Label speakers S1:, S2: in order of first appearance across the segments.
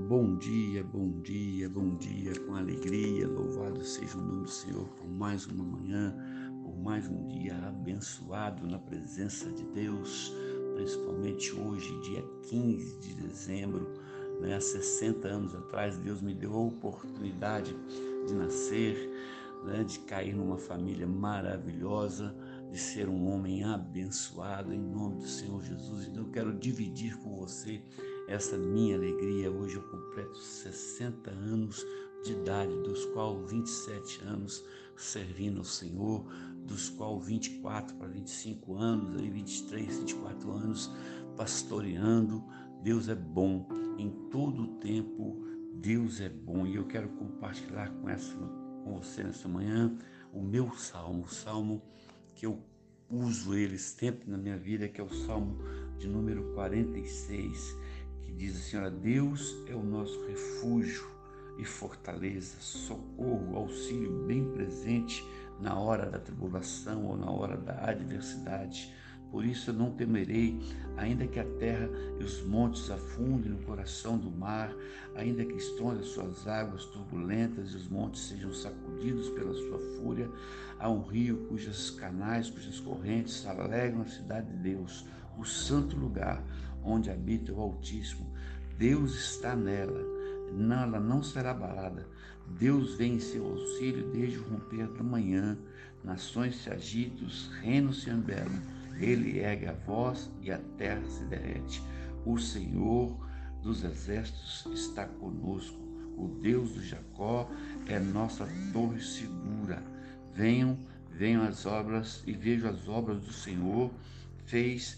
S1: bom dia, bom dia, bom dia, com alegria, louvado seja o nome do Senhor por mais uma manhã, por mais um dia abençoado na presença de Deus, principalmente hoje, dia 15 de dezembro, há 60 anos atrás, Deus me deu a oportunidade de nascer, de cair numa família maravilhosa, de ser um homem abençoado em nome do Senhor Jesus. Então eu quero dividir com você essa minha alegria. Hoje eu completo 60 anos de idade, dos quais 27 anos servindo ao Senhor, dos quais 24 para 25 anos, 23, 24 anos pastoreando. Deus é bom, em todo o tempo Deus é bom, e eu quero compartilhar com você nessa manhã o meu salmo, o salmo que eu uso ele sempre na minha vida, que é o salmo de número 46, que diz assim: olha, Deus é o nosso refúgio e fortaleza, socorro, auxílio bem presente na hora da tribulação ou na hora da adversidade. Por isso eu não temerei, ainda que a terra e os montes afundem no coração do mar, ainda que estronde as suas águas turbulentas e os montes sejam sacudidos pela sua fúria. Há um rio cujas canais, cujas correntes alegram a cidade de Deus, o santo lugar onde habita o Altíssimo. Deus está nela, ela não será abalada. Deus vem em seu auxílio desde o romper da manhã. Nações se agitam, os reinos se embelam. Ele ergue a voz e a terra se derrete. O Senhor dos exércitos está conosco. O Deus de Jacó é nossa torre segura. Venham as obras e vejo as obras do Senhor fez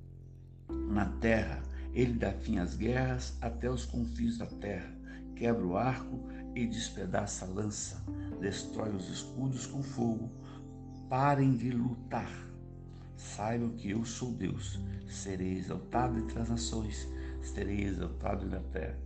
S1: na terra. Ele dá fim às guerras até os confins da terra. Quebra o arco e despedaça a lança. Destrói os escudos com fogo. Parem de lutar. Saibam que eu sou Deus, serei exaltado entre as nações, serei exaltado na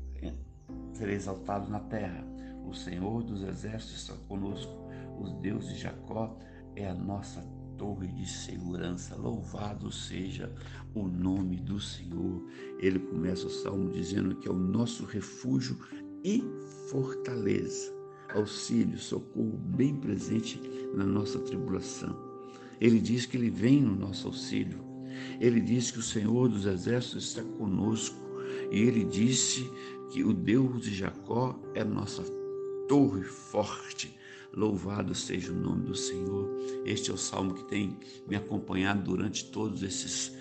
S1: terra. O Senhor dos exércitos está conosco, o Deus de Jacó é a nossa torre de segurança. Louvado seja o nome do Senhor. Ele começa o salmo dizendo que é o nosso refúgio e fortaleza, auxílio, socorro bem presente na nossa tribulação. Ele diz que ele vem no nosso auxílio. Ele diz que o Senhor dos exércitos está conosco. E ele disse que o Deus de Jacó é a nossa torre forte. Louvado seja o nome do Senhor. Este é o salmo que tem me acompanhado durante todos esses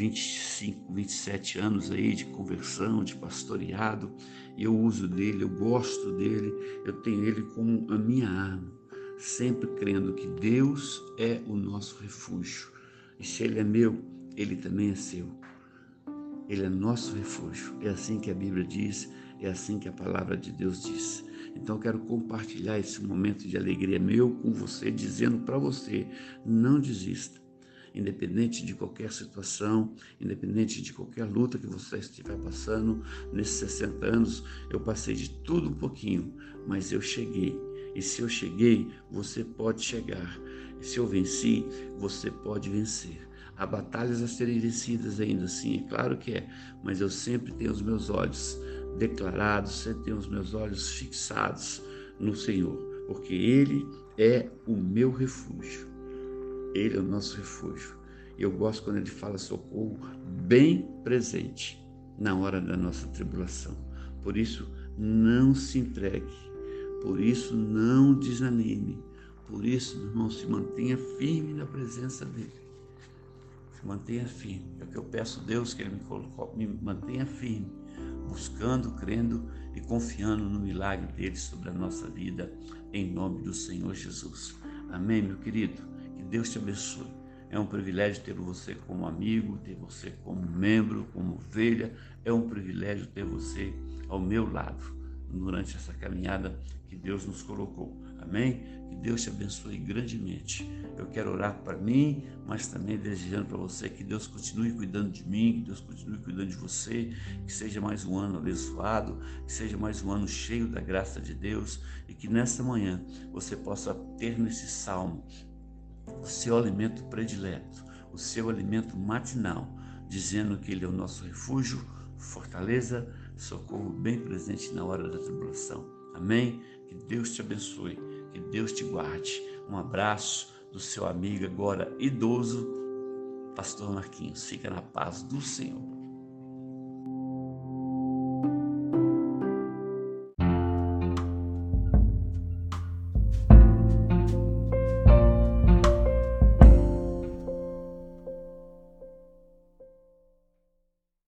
S1: 25, 27 anos aí de conversão, de pastoreado. E eu uso dele, eu gosto dele, eu tenho ele como a minha arma, sempre crendo que Deus é o nosso refúgio. E se Ele é meu, Ele também é seu. Ele é nosso refúgio. É assim que a Bíblia diz, é assim que a palavra de Deus diz. Então eu quero compartilhar esse momento de alegria meu com você, dizendo para você: não desista. Independente de qualquer situação, independente de qualquer luta que você estiver passando, nesses 60 anos eu passei de tudo um pouquinho, mas eu cheguei. E se eu cheguei, você pode chegar. E se eu venci, você pode vencer. Há batalhas a serem vencidas ainda, sim, é claro que é, mas eu sempre tenho os meus olhos declarados, sempre tenho os meus olhos fixados no Senhor, porque Ele é o meu refúgio. Ele é o nosso refúgio. E eu gosto quando ele fala socorro bem presente na hora da nossa tribulação. Por isso, não se entregue. Por isso, não desanime. Por isso, irmão, se mantenha firme na presença dele. Se mantenha firme. É o que eu peço a Deus, que ele me mantenha firme, buscando, crendo e confiando no milagre dele sobre a nossa vida, em nome do Senhor Jesus. Amém, meu querido? Que Deus te abençoe. É um privilégio ter você como amigo, ter você como membro, como ovelha. É um privilégio ter você ao meu lado durante essa caminhada que Deus nos colocou. Amém? Que Deus te abençoe grandemente. Eu quero orar para mim, mas também desejando para você que Deus continue cuidando de mim, que Deus continue cuidando de você, que seja mais um ano abençoado, que seja mais um ano cheio da graça de Deus e que nessa manhã você possa ter nesse salmo o seu alimento predileto, o seu alimento matinal, dizendo que Ele é o nosso refúgio, fortaleza, socorro bem presente na hora da tribulação. Amém? Que Deus te abençoe, que Deus te guarde. Um abraço do seu amigo agora idoso, Pastor Marquinhos. Fica na paz do Senhor.